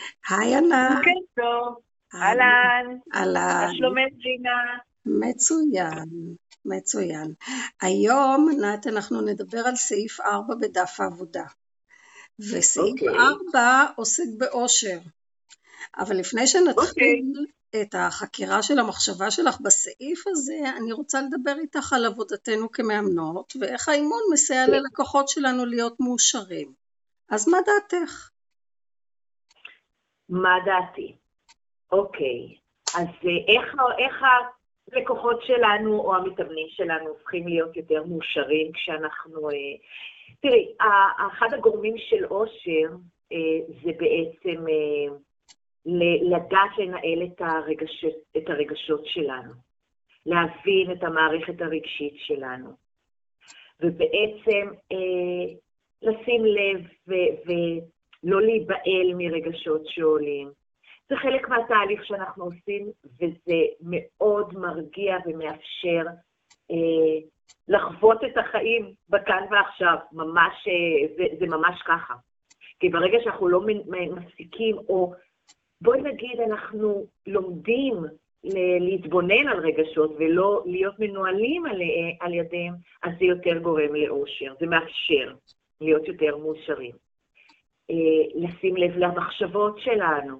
היי ענת. כן, טוב. אהלן. אהלן, מה אהלן. שלומך רינה? מצוין, מצוין. היום ענת אנחנו נדבר על סעיף 4 בדף העבודה, וסעיף אוקיי, 4 עוסק באושר. אבל לפני אוקיי, שנתחיל את החקירה של המחשבה שלך בסעיף הזה, אני רוצה לדבר איתך על עבודתנו כמאמנות, ואיך האימון מסייע כן. ללקוחות שלנו להיות מאושרים. אז מה דעתך? מה דעתי? אוקיי, אז איך הלקוחות שלנו או המתאמנים שלנו הופכים להיות יותר מאושרים כשאנחנו... תראי, אחד הגורמים של אושר זה בעצם לדעת לנהל את הרגשות שלנו, להבין את המערכת הרגשית שלנו, ובעצם לשים לב ולא להיבהל מרגשות שעולים. זה חלק מהתהליך שאנחנו עושים, וזה מאוד מרגיע ומאפשר לחוות את החיים בכאן ועכשיו, ממש, זה ממש ככה. כי ברגע שאנחנו לא מפסיקים, או בואי נגיד אנחנו לומדים להתבונן על רגשות ולא להיות מנוהלים על ידיהם, אז זה יותר גורם לאושר, זה מאפשר להיות יותר מאושרים. לשים לב למחשבות שלנו.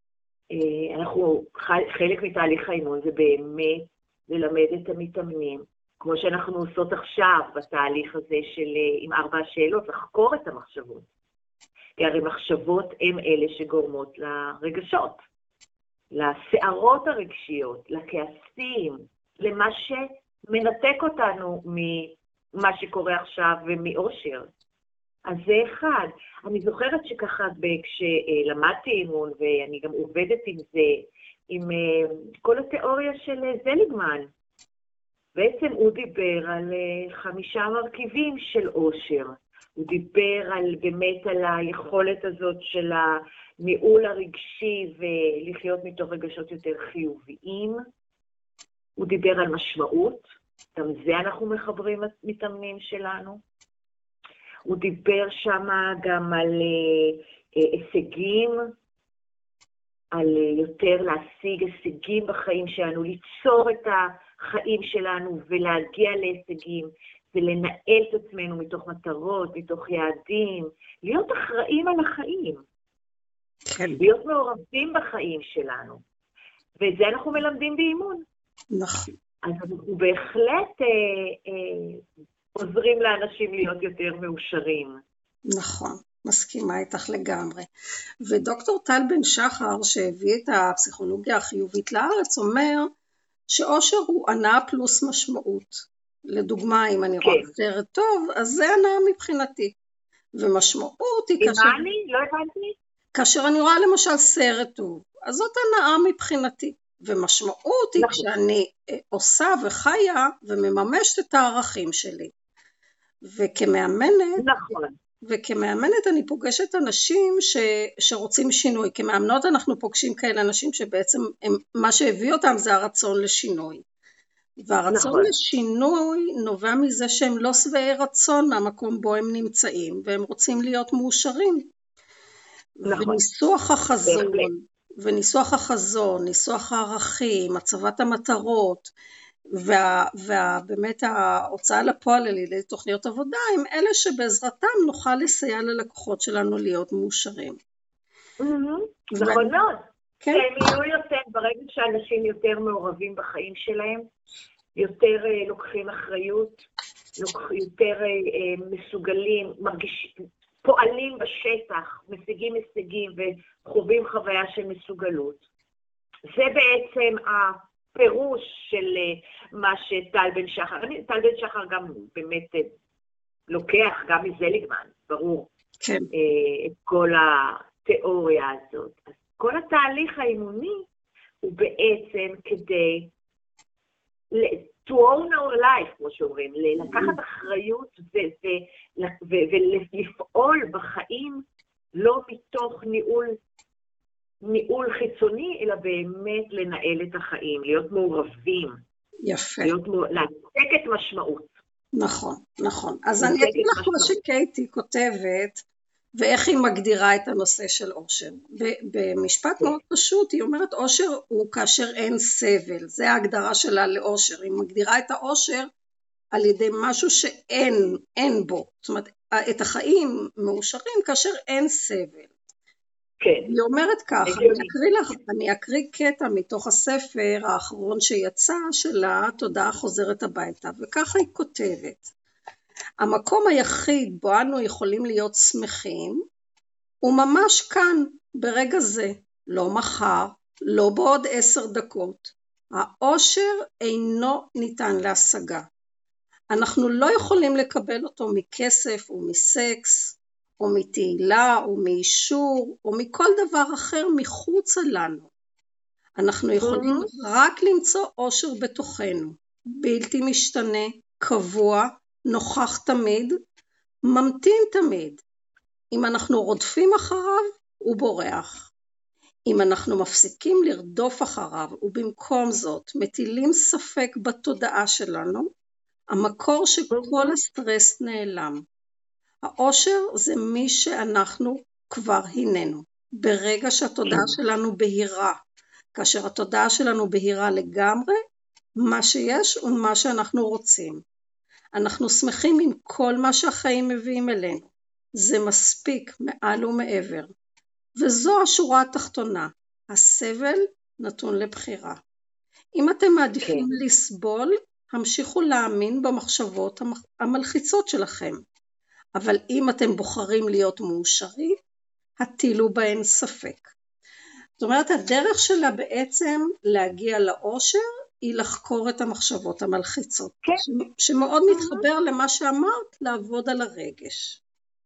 חלק מתהליך האימון זה באמת ללמד את המתאמנים, כמו שאנחנו עושות עכשיו בתהליך הזה עם 4 שאלות, לחקור את המחשבות. כי הרי מחשבות הן אלה שגורמות לרגשות, לסערות הרגשיות, לכעסים, למה שמנתק אותנו ממה שקורה עכשיו ומאושר. אז זה אחד. אני זוכרת שככה כשלמדתי אימון, ואני גם עובדת עם זה, עם כל התיאוריה של זליגמן. בעצם הוא דיבר על 5 מרכיבים של אושר. הוא דיבר באמת על היכולת הזאת של הניהול הרגשי ולחיות מתוך רגשות יותר חיוביים. הוא דיבר על משמעות, גם זה אנחנו מחברים מתאמנים שלנו. הוא דיבר שם גם על הישגים, על יותר להשיג הישגים בחיים שלנו, ליצור את החיים שלנו ולהגיע להישגים, ולנהל את עצמנו מתוך מטרות, מתוך יעדים, להיות אחראים על החיים, כן. להיות מעורבים בחיים שלנו. ואת זה אנחנו מלמדים באימון. נכון. אז אנחנו בהחלט עוזרים לאנשים להיות יותר מאושרים. נכון, מסכימה איתך לגמרי. ודוקטור טל בן שחר, שהביא את הפסיכולוגיה החיובית לארץ, אומר שאושר הוא הנאה פלוס משמעות. לדוגמה, אם אני רואה סרט טוב, אז זה הנאה מבחינתי. ומשמעות היא כאשר... מה אני? לא הבנתי. כאשר אני רואה למשל סרט טוב, אז זאת הנאה מבחינתי. ומשמעות היא כשאני עושה וחיה ומממשת את הערכים שלי. וכמאמנת, נכון. וכמאמנת אני פוגשת אנשים שרוצים שינוי. כמאמנות אנחנו פוגשים כאלה אנשים שבעצם מה שהביא אותם זה הרצון לשינוי. והרצון נכון. לשינוי נובע מזה שהם לא שבעי רצון מהמקום בו הם נמצאים, והם רוצים להיות מאושרים. נכון. וניסוח החזון, ניסוח הערכים, הצבת המטרות, ובאמת ההוצאה לפועל על ידי תוכניות עבודה, הם אלה שבעזרתם נוכל לסייע ללקוחות שלנו להיות מאושרים. נכון מאוד. הם יהיו יותר, ברגע שאנשים יותר מעורבים בחיים שלהם, יותר לוקחים אחריות, יותר מסוגלים, פועלים בשטח, משיגים הישגים וחווים חוויה של מסוגלות. זה בעצם הפירוש של מה שטל בן שחר, טל בן שחר גם באמת לוקח גם מזליגמן, ברור, כן. את כל התיאוריה הזאת. אז כל התהליך האימוני הוא בעצם כדי to own our life, כמו שאומרים, לקחת אחריות ולפעול בחיים לא מתוך ניהול חיצוני, אלא באמת לנהל את החיים, להיות מעורבים. יפה. להעתק את משמעות. נכון, נכון. אז אני אגיד לך מה שקייטי כותבת, ואיך היא מגדירה את הנושא של עושר. במשפט מאוד פשוט, היא אומרת עושר הוא כאשר אין סבל, זה ההגדרה שלה לעושר, היא מגדירה את העושר על ידי משהו שאין בו, זאת אומרת, את החיים מאושרים כאשר אין סבל. כן. היא אומרת ככה, אני אקריא קטע מתוך הספר האחרון שיצא שלה, תודעה חוזרת הביתה, וככה היא כותבת, המקום היחיד בו אנו יכולים להיות שמחים, הוא ממש כאן, ברגע זה, לא מחר, לא בעוד 10 דקות. העושר אינו ניתן להשגה. אנחנו לא יכולים לקבל אותו מכסף או מסקס, או מתהילה, או מאישור, או מכל דבר אחר מחוץ לנו. אנחנו יכולים רק למצוא עושר בתוכנו, בלתי משתנה, קבוע, נוכח תמיד, ממתין תמיד. אם אנחנו רודפים אחריו, הוא בורח. אם אנחנו מפסיקים לרדוף אחריו, ובמקום זאת מטילים ספק בתודעה שלנו, המקור שכל הסטרס נעלם. העושר זה מי שאנחנו כבר הננו. ברגע שהתודעה שלנו בהירה, כאשר התודעה שלנו בהירה לגמרי, מה שיש ומה שאנחנו רוצים. אנחנו שמחים עם כל מה שהחיים מביאים אלינו. זה מספיק מעל ומעבר. וזו השורה התחתונה. הסבל נתון לבחירה. אם אתם מעדיפים לסבול, המשיכו להאמין במחשבות המלחיצות שלכם. אבל אם אתם בוחרים להיות מאושרים, הטילו בהן ספק. זאת אומרת, הדרך שלה בעצם להגיע לאושר, היא לחקור את המחשבות המלחיצות. כן. שמאוד מתחבר למה שאמרת, לעבוד על הרגש.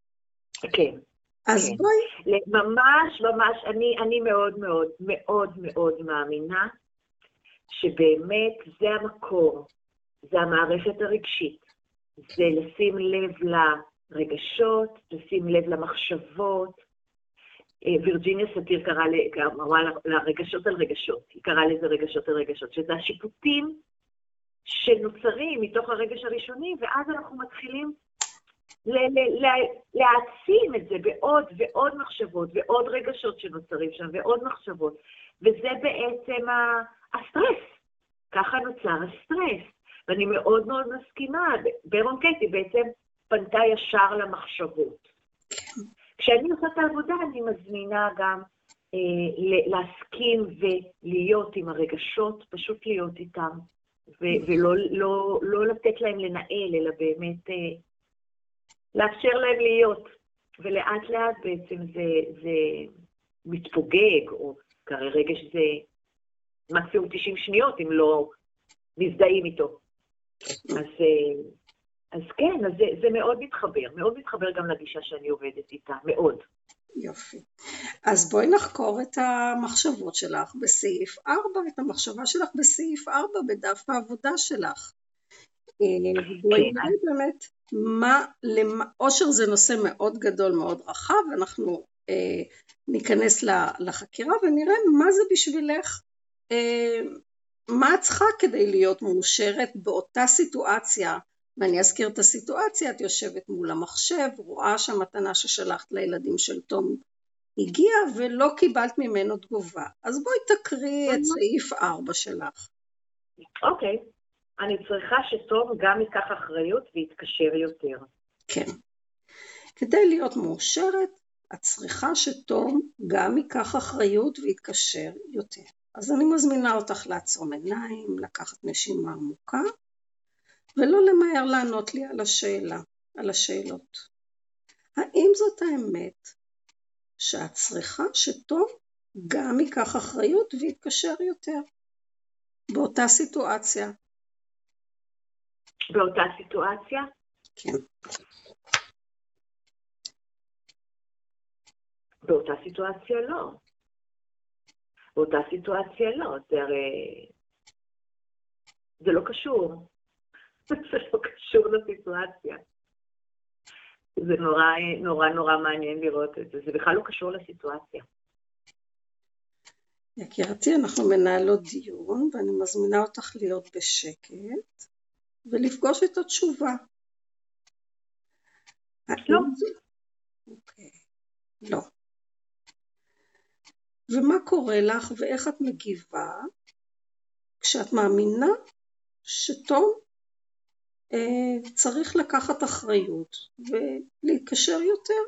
כן. אז כן. בואי. ממש, אני מאוד מאוד מאוד מאוד מאמינה, שבאמת זה המקור, זה המערכת הרגשית, זה לשים לב לרגשות, לשים לב למחשבות. וירג'יניה סאטיר אמרה לרגשות על רגשות, היא קראה לזה רגשות על רגשות, שזה השיפוטים שנוצרים מתוך הרגש הראשוני, ואז אנחנו מתחילים להעצים את זה בעוד ועוד מחשבות, ועוד רגשות שנוצרים שם, ועוד מחשבות, וזה בעצם הסטרס, ככה נוצר הסטרס, ואני מאוד מאוד מסכימה, ברון קייטי בעצם פנתה ישר למחשבות. כשאני עושה את העבודה, אני מזמינה גם להסכים ולהיות עם הרגשות, פשוט להיות איתם, ולא לתת להם לנהל, אלא באמת לאפשר להם להיות. ולאט לאט בעצם זה מתפוגג, או כרי רגש זה מקסימום 90 שניות, אם לא מזדהים איתו. אז כן, אז זה מאוד מתחבר גם לגישה שאני עובדת איתה, מאוד. יופי. אז בואי נחקור את המחשבות שלך בסעיף 4, את המחשבה שלך בסעיף 4 בדף העבודה שלך. בואי נראה באמת, עושר זה נושא מאוד גדול, מאוד רחב, אנחנו ניכנס לחקירה ונראה מה זה בשבילך, מה את צריכה כדי להיות מאושרת באותה סיטואציה. ואני אזכיר את הסיטואציה, את יושבת מול המחשב, רואה שהמתנה ששלחת לילדים של תום הגיעה, ולא קיבלת ממנו תגובה. אז בואי תקריא את סעיף 4 שלך. אוקיי. אני צריכה שתום גם ייקח אחריות ויתקשר יותר. כן. כדי להיות מאושרת, את צריכה שתום גם ייקח אחריות ויתקשר יותר. אז אני מזמינה אותך לעצום עיניים, לקחת נשימה עמוקה, ולא למהר לענות לי על השאלות. האם זאת האמת שאת צריכה שתום גם ייקח אחריות ויתקשר יותר באותה סיטואציה? באותה סיטואציה? כן. באותה סיטואציה לא. באותה סיטואציה לא. זה לא קשור. זה לא קשור לסיטואציה. זה נורא מעניין לראות את זה. זה בכלל לא קשור לסיטואציה. יקירתי, אנחנו מנהלות דיון, ואני מזמינה אותך להיות בשקט, ולפגוש את התשובה. לא. אוקיי. לא. ומה קורה לך ואיך את מגיבה כשאת מאמינה שתום צריך לקחת אחריות ולהתקשר יותר?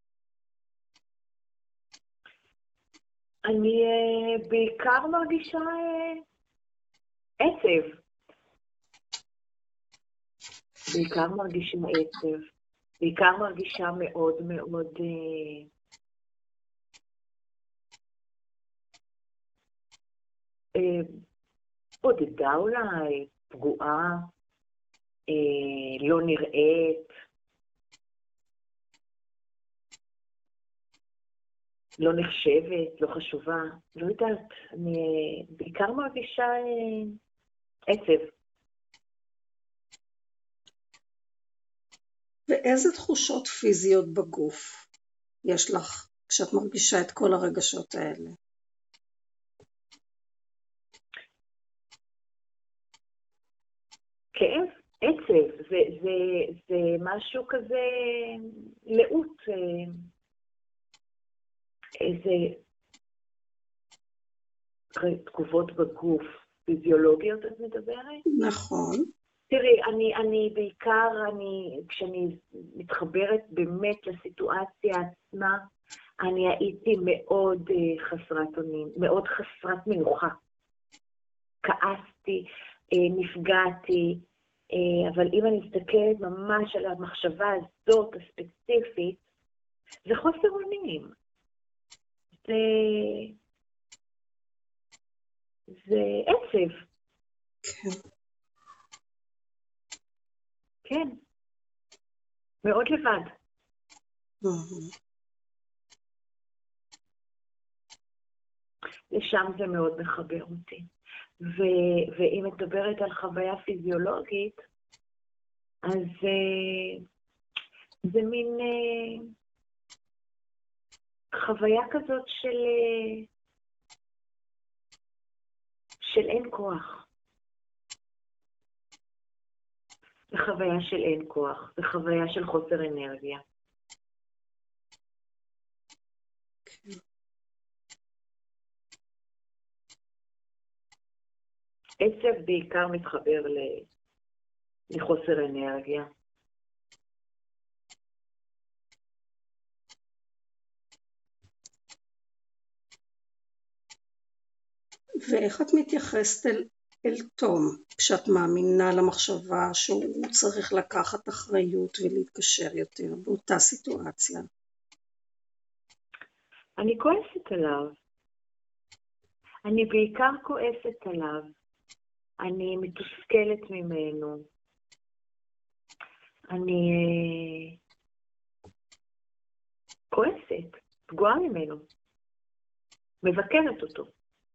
אני בעיקר מרגישה עצב. בעיקר מרגישה מאוד מאוד בודדה אולי, פגועה, לא נראית, לא נחשבת, לא חשובה, לא יודעת, אני בעיקר מרגישה עצב. ואיזה תחושות פיזיות בגוף יש לך כשאת מרגישה את כל הרגשות האלה? כאב, עצב, זה משהו כזה לאות, איזה תגובות בגוף, פיזיולוגיות את מדברת? נכון. תראי, אני בעיקר, כשאני מתחברת באמת לסיטואציה עצמה, אני הייתי מאוד חסרת אונים, מאוד חסרת מנוחה. כעסתי, נפגעתי, אבל אם אני מסתכלת ממש על המחשבה הזאת הספציפית, זה חוסר אונים. זה עצב. כן. כן. מאוד לבד. לשם זה מאוד מחבר אותי. ואם מדברת על חוויה פיזיולוגית, אז זה מין חוויה כזאת של אין כוח. זה חוויה של אין כוח, זה חוויה של חוסר אנרגיה. עצב בעיקר מתחבר לחוסר אנרגיה. ואיך את מתייחסת אל תום, כשאת מאמינה למחשבה שהוא צריך לקחת אחריות ולהתקשר יותר באותה סיטואציה? אני כועסת עליו. אני בעיקר כועסת עליו. אני מתוסכלת ממנו. אני כועסת, פגועה ממנו. מבקרת אותו.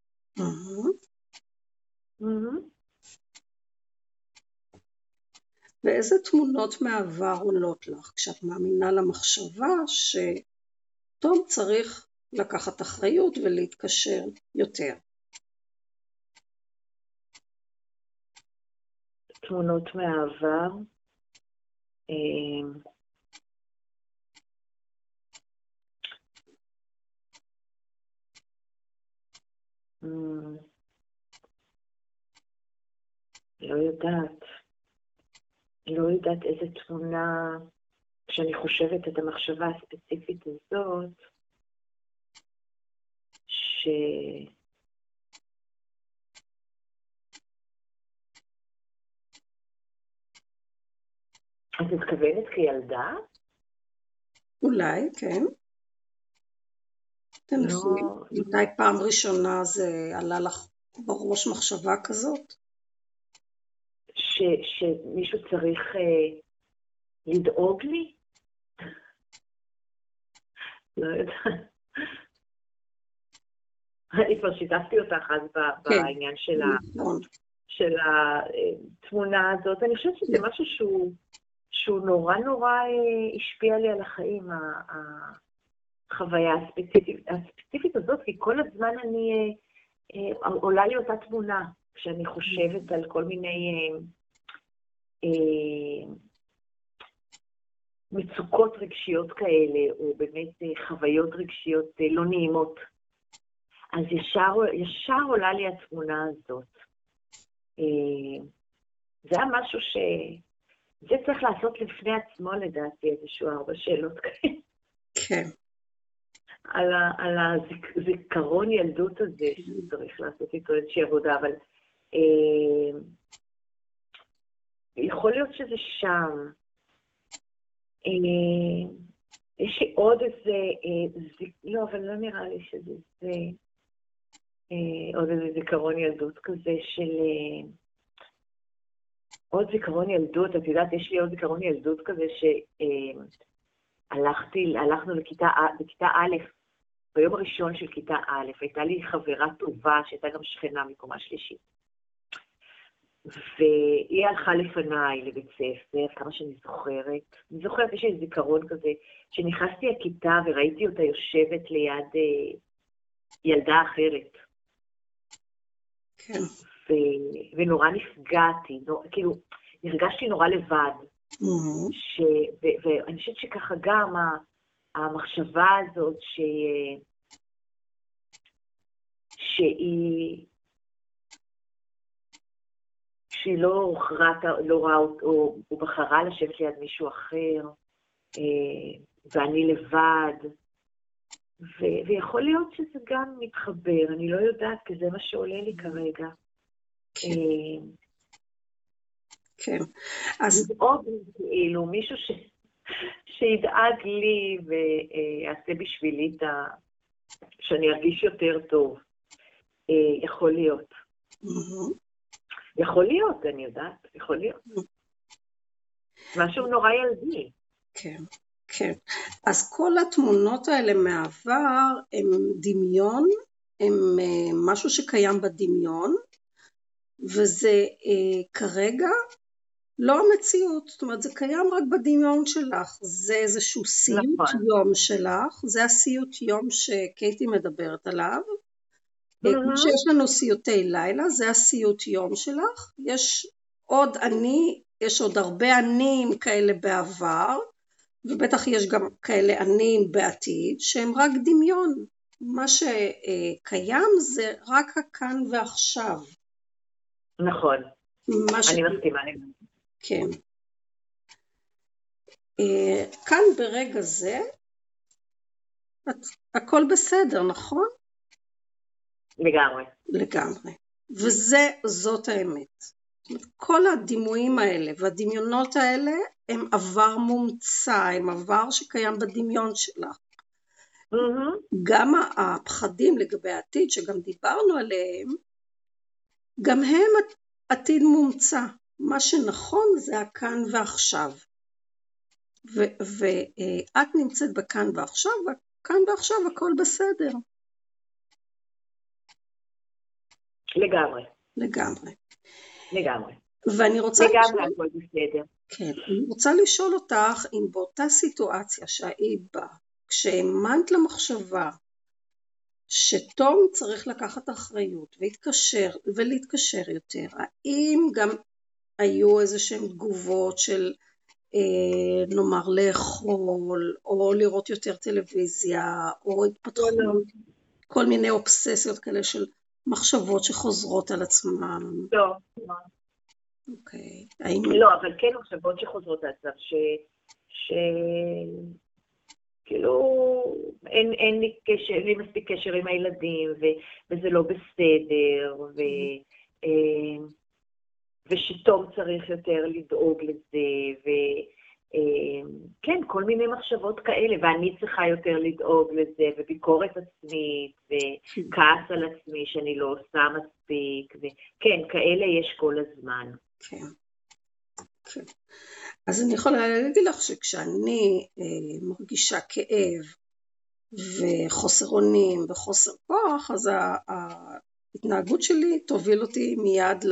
ואיזה תמונות מהעבר עולות לך כשאת מאמינה למחשבה שתום צריך לקחת אחריות ולהתקשר יותר? תמונות מהעבר, לא יודעת איזה תמונה, כשאני חושבת את המחשבה הספציפית הזאת, את מתכוונת כילדה? אולי, כן. תנסי, מתי פעם ראשונה זה עלה לך בראש מחשבה כזאת? שמישהו צריך לדאוג לי? לא יודעת. אני כבר שיתפתי אותך אז בעניין של התמונה הזאת. אני חושבת שזה משהו שהוא נורא נורא השפיע לי על החיים, החוויה הספציפית הזאת, כי כל הזמן אני עולה לי אותה תמונה, כשאני חושבת על כל מיני מצוקות רגשיות כאלה, או באמת חוויות רגשיות לא נעימות, אז ישר עולה לי התמונה הזאת. זה היה משהו זה צריך לעשות לפני עצמו, לדעתי, איזשהו 4 שאלות כאלה. כן. על הזיכרון ילדות הזה, שצריך לעשות איתו איזושהי עבודה, אבל יכול להיות שזה שם. יש לי עוד איזה, לא, אבל לא נראה לי שזה עוד איזה זיכרון ילדות כזה של... עוד זיכרון ילדות, את יודעת, יש לי עוד זיכרון ילדות כזה הלכנו בכיתה א', ביום הראשון של כיתה א', הייתה לי חברה טובה שהייתה גם שכנה מקומה שלישית. והיא הלכה לפניי לבית ספר, כמה שאני זוכרת. אני זוכרת, יש לי זיכרון כזה, שנכנסתי לכיתה וראיתי אותה יושבת ליד ילדה אחרת. כן. ונורא נפגעתי, כאילו, הרגשתי נורא לבד. ואני חושבת שככה גם המחשבה הזאת שהיא לא ראה או בחרה לשבת ליד מישהו אחר, ואני לבד, ויכול להיות שזה גם מתחבר, אני לא יודעת, כי זה מה שעולה לי כרגע. כן. אז עוד כאילו מישהו שידאג לי ויעשה בשבילי שאני ארגיש יותר טוב. יכול להיות. יכול להיות, אני יודעת, יכול להיות. משהו נורא ילדי. כן, כן. אז כל התמונות האלה מהעבר הם דמיון, הם משהו שקיים בדמיון, וזה כרגע לא המציאות, זאת אומרת, זה קיים רק בדמיון שלך, זה איזשהו סיוט יום שלך, זה הסיוט יום שקייטי מדברת עליו, כמו שיש לנו סיוטי לילה, זה הסיוט יום שלך, יש עוד הרבה ענים כאלה בעבר, ובטח יש גם כאלה ענים בעתיד, שהם רק דמיון, מה שקיים זה רק הכאן ועכשיו. נכון, אני מסכימה. כן. כאן ברגע זה, הכל בסדר, נכון? לגמרי. לגמרי. וזאת האמת. כל הדימויים האלה והדמיונות האלה הם עבר מומצא, הם עבר שקיים בדמיון שלך. גם הפחדים לגבי העתיד שגם דיברנו עליהם, גם הם עתיד מומצא. מה שנכון זה הכאן ועכשיו. ואת נמצאת בכאן ועכשיו, וכאן ועכשיו הכל בסדר. לגמרי. לגמרי. לגמרי. ואני רוצה לגמרי הכל בסדר. כן, אני רוצה לשאול אותך אם באותה סיטואציה שהיית בה, כשהאמנת למחשבה שתום צריך לקחת אחריות ולהתקשר יותר, האם גם היו איזשהם תגובות של נאמר לאכול או לראות יותר טלוויזיה או התפתחות, כל מיני אובססיות כאלה של מחשבות שחוזרות על עצמם? לא. אוקיי. לא, אבל כן מחשבות שחוזרות על עצמם, כאילו אין לי מספיק קשר עם הילדים, וזה לא בסדר, ושתום צריך יותר לדאוג לזה, וכן, כל מיני מחשבות כאלה, ואני צריכה יותר לדאוג לזה, וביקורת עצמית, וכעס על עצמי שאני לא עושה מספיק, וכן, כאלה יש כל הזמן. כן, כן. אז אני יכולה להגיד לך שכשאני מרגישה כאב וחוסר אונים וחוסר כוח, אז ההתנהגות שלי תוביל אותי מיד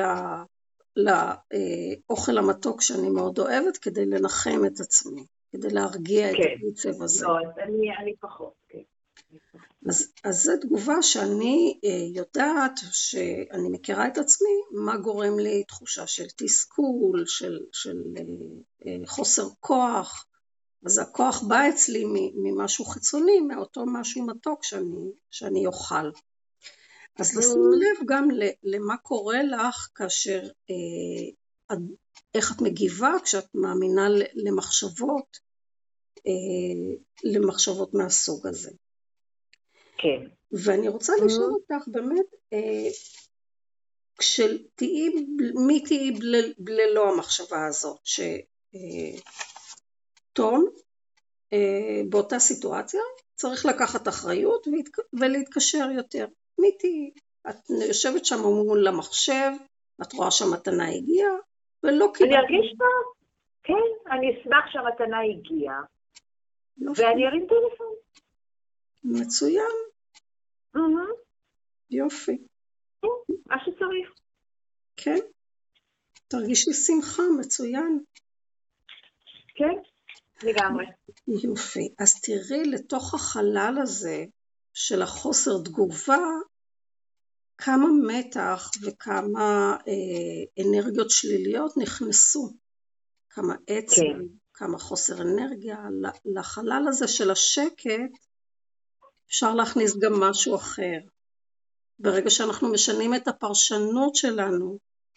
לאוכל המתוק שאני מאוד אוהבת, כדי לנחם את עצמי, כדי להרגיע את העצב הזה. לא, אני פחות, כן. אז זו תגובה שאני יודעת שאני מכירה את עצמי, מה גורם לי תחושה של תסכול, של חוסר כוח, אז הכוח בא אצלי ממשהו חיצוני, מאותו משהו מתוק שאני אוכל. אז לשים לב גם למה קורה לך כאשר, איך את מגיבה כשאת מאמינה למחשבות מהסוג הזה. כן. ואני רוצה לשאול אותך באמת, מי תהיי ללא המחשבה הזאת, שתום באותה סיטואציה צריך לקחת אחריות ולהתקשר יותר. מי תהיי? את יושבת שם מול המחשב, את רואה שהמתנה הגיעה, ולא קיבלת. אני ארגיש טוב, כן, אני אשמח שהמתנה הגיעה, ואני ארים טלפון. מצוין. יופי. מה שצריך. כן. תרגישי שמחה, מצוין. כן, לגמרי. יופי. אז תראי לתוך החלל הזה של החוסר תגובה, כמה מתח וכמה אנרגיות שליליות נכנסו. כמה עצב, כן. כמה חוסר אנרגיה. לחלל הזה של השקט, אפשר להכניס גם משהו אחר. ברגע שאנחנו משנים את הפרשנות שלנו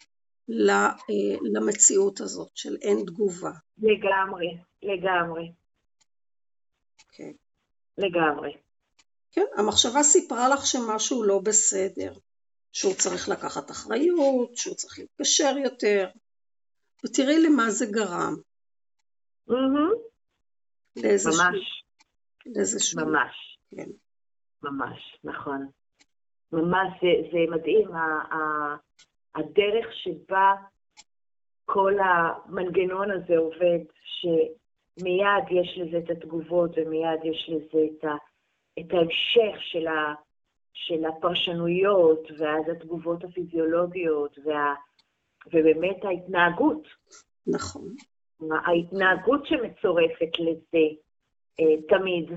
למציאות הזאת של אין תגובה. לגמרי, לגמרי. כן. לגמרי. כן, המחשבה סיפרה לך שמשהו לא בסדר, שהוא צריך לקחת אחריות, שהוא צריך להתקשר יותר, ותראי למה זה גרם. ממש. ממש. כן. ממש, נכון. ממש, זה מדהים, הדרך שבה כל המנגנון הזה עובד, שמיד יש לזה את התגובות, ומיד יש לזה את ההמשך של הפרשנויות, ואז התגובות הפיזיולוגיות, ובאמת ההתנהגות. נכון. ההתנהגות שמצורפת לזה תמיד.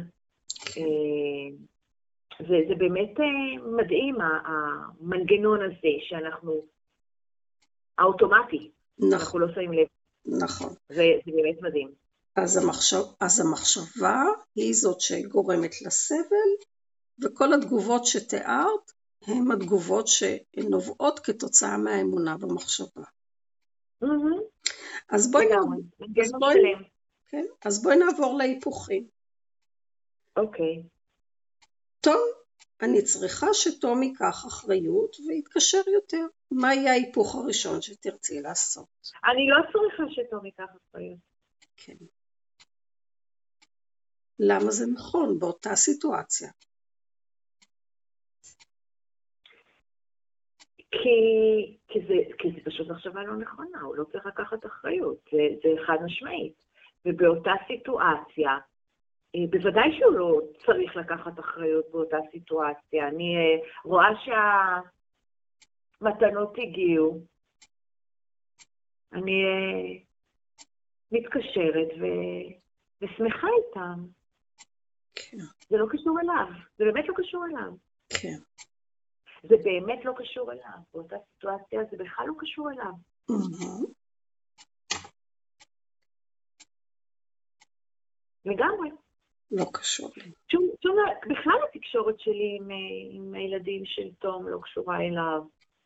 זה באמת מדהים, המנגנון הזה שאנחנו, האוטומטי, נכון. אנחנו לא שמים לב. נכון. זה באמת מדהים. אז המחשבה היא זאת שגורמת לסבל, וכל התגובות שתיארת הן התגובות שנובעות כתוצאה מהאמונה במחשבה. אז בואי נעבור להיפוכים. אוקיי. טוב, אני צריכה שתום ייקח אחריות ויתקשר יותר. מה יהיה ההיפוך הראשון שתרצי לעשות? אני לא צריכה שתום ייקח אחריות. כן. למה זה נכון באותה סיטואציה? כי זה פשוט מחשבה לא נכונה, הוא לא צריך לקחת אחריות, זה חד משמעית. ובאותה סיטואציה, בוודאי שהוא לא צריך לקחת אחריות באותה סיטואציה. אני רואה שהמתנות הגיעו, אני מתקשרת ושמחה איתם. כן. זה לא קשור אליו, זה באמת לא קשור אליו. כן. זה באמת לא קשור אליו, באותה סיטואציה זה בכלל לא קשור אליו. לגמרי. לא קשור. בכלל התקשורת שלי עם הילדים של תום לא קשורה אליו.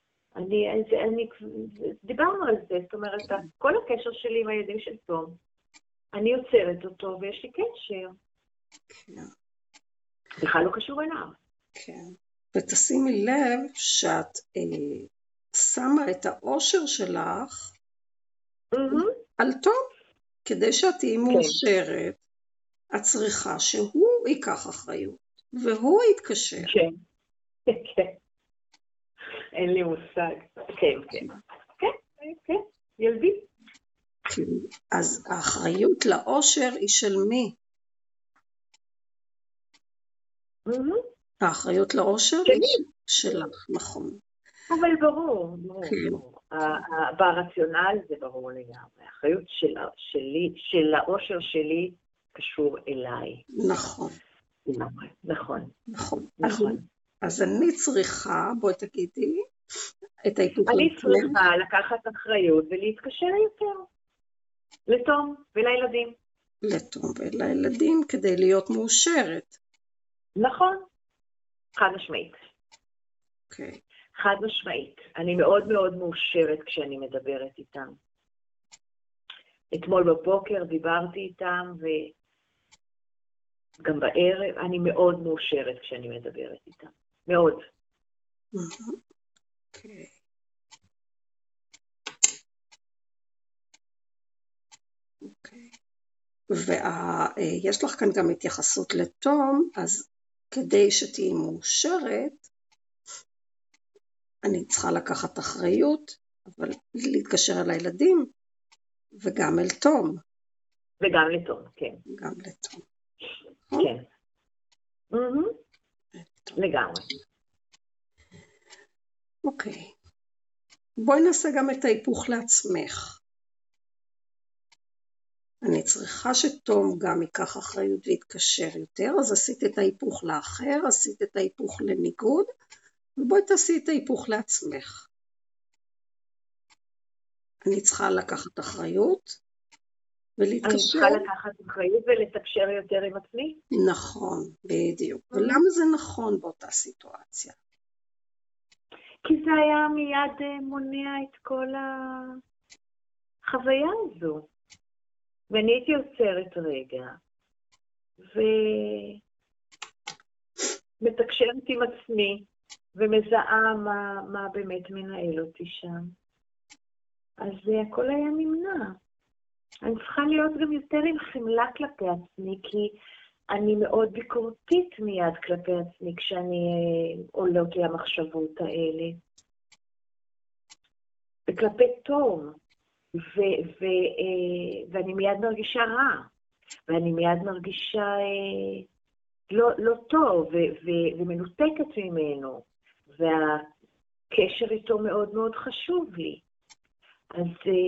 דיברנו על זה, זאת אומרת, כל הקשר שלי עם הילדים של תום, אני יוצרת אותו ויש לי קשר. כן. בכלל לא קשור אליו. כן. ותשימי לב שאת שמה את האושר שלך על תום, כדי שאת תהיי מאושרת, את צריכה שהוא ייקח אחריות, והוא יתקשר. כן, כן. אין לי מושג. כן, כן. כן, כן, ילדי. אז האחריות לאושר היא של מי? האחריות לאושר היא שלך, נכון. אבל ברור. ברציונל זה ברור לגמרי. האחריות שלי, של האושר שלי, קשור אליי. נכון. נכון. נכון. אז אני צריכה, בואי תגידי, את ההיפוך. אני צריכה לקחת אחריות ולהתקשר יותר לתום ולילדים. לתום ולילדים כדי להיות מאושרת. נכון, חד משמעית. אוקיי. חד משמעית. אני מאוד מאוד מאושרת כשאני מדברת איתם. אתמול בבוקר דיברתי איתם, וגם בערב אני מאוד מאושרת כשאני מדברת איתם. מאוד. אוקיי. אוקיי. ויש לך כאן גם התייחסות לתום, אז כדי שתהיי מאושרת, אני צריכה לקחת אחריות, אבל להתקשר אל הילדים, וגם אל תום. וגם לתום, כן. גם לתום. כן. לגמרי. אוקיי. בואי נעשה גם את ההיפוך לעצמך. אני צריכה שתום גם ייקח אחריות ויתקשר יותר, אז עשית את ההיפוך לאחר, עשית את ההיפוך לניגוד, ובואי תעשי את ההיפוך לעצמך. אני צריכה לקחת אחריות ולהתקשר. אני צריכה לקחת אחריות ולתקשר יותר עם עצמי? נכון, בדיוק. ולמה זה נכון באותה סיטואציה? כי זה היה מיד מונע את כל החוויה הזו. ואני הייתי עוצרת רגע, ומתקשרת עם עצמי, ומזהה מה באמת מנהל אותי שם. אז הכל היה נמנע. אני צריכה להיות גם יותר עם חמלה כלפי עצמי, כי אני מאוד ביקורתית מיד כלפי עצמי, כשאני עולות לי המחשבות האלה. וכלפי תום. ואני מיד מרגישה רע, ואני מיד מרגישה לא טוב, ומנותקת ממנו, והקשר איתו מאוד מאוד חשוב לי. אז,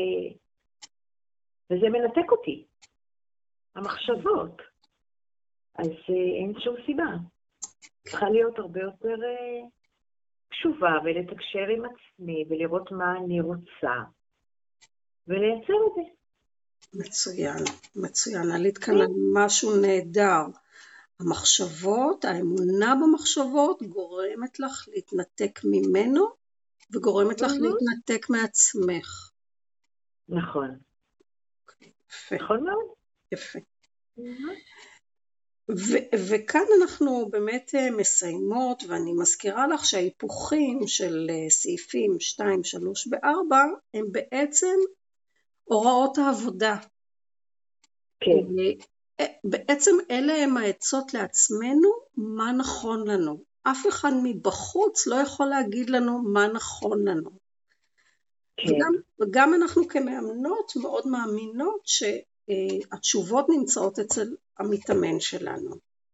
וזה מנתק אותי, המחשבות. אז אין שום סיבה. צריכה להיות הרבה יותר קשובה, ולתקשר עם עצמי, ולראות מה אני רוצה. ולייצר את זה. מצוין, מצוין. עלית כאן על משהו נהדר. המחשבות, האמונה במחשבות גורמת לך להתנתק ממנו, וגורמת לך להתנתק מעצמך. נכון. יפה. נכון מאוד. יפה. וכאן אנחנו באמת מסיימות, ואני מזכירה לך שההיפוכים של סעיפים 2, 3 ו-4 הם בעצם הוראות העבודה. כן. בעצם אלה הם העצות לעצמנו, מה נכון לנו. אף אחד מבחוץ לא יכול להגיד לנו מה נכון לנו. כן. וגם אנחנו כמאמנות מאוד מאמינות שהתשובות נמצאות אצל המתאמן שלנו.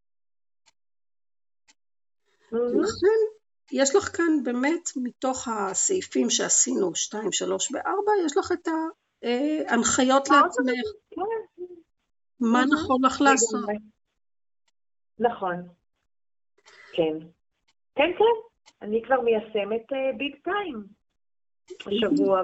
לכן יש לך כאן באמת מתוך הסעיפים שעשינו 2, 3 ו-4, יש לך את ההנחיות לעצמך. מה נכון לך לעשות? נכון. כן. כן, כן. אני כבר מיישמת ביג טיים. השבוע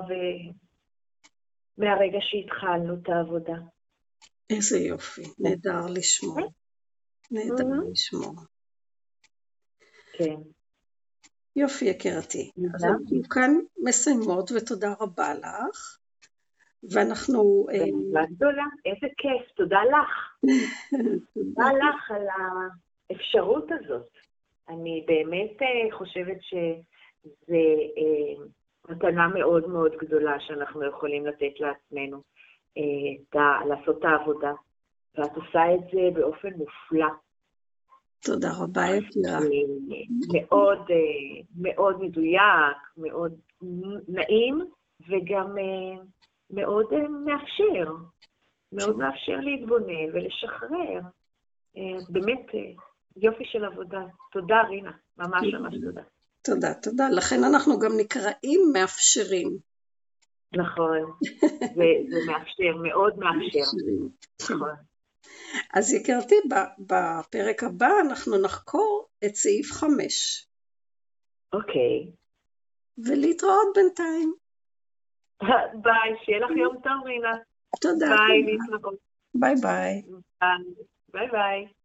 מהרגע שהתחלנו את העבודה. איזה יופי. נהדר לשמוע. נהדר לשמוע. כן. יופי יקירתי. אז אנחנו כאן מסיימות ותודה רבה לך. ואנחנו... תודה גדולה, איזה כיף, תודה לך. תודה לך על האפשרות הזאת. אני באמת חושבת שזה מתנה מאוד מאוד גדולה שאנחנו יכולים לתת לעצמנו, לעשות את העבודה. ואת עושה את זה באופן מופלא. תודה רבה יקירה. מאוד מאוד מדויק, מאוד נעים, וגם מאוד מאפשר. מאוד מאפשר להתבונן ולשחרר. באמת יופי של עבודה. תודה רינה, ממש ממש תודה. תודה, תודה. לכן אנחנו גם נקראים מאפשרים. נכון, זה מאפשר, מאוד מאפשר. נכון. אז יקירתי, בפרק הבא אנחנו נחקור את סעיף 5. אוקיי. ולהתראות בינתיים. ביי, שיהיה לך יום טוב רינה. תודה. ביי, להתראות. ביי ביי. ביי ביי.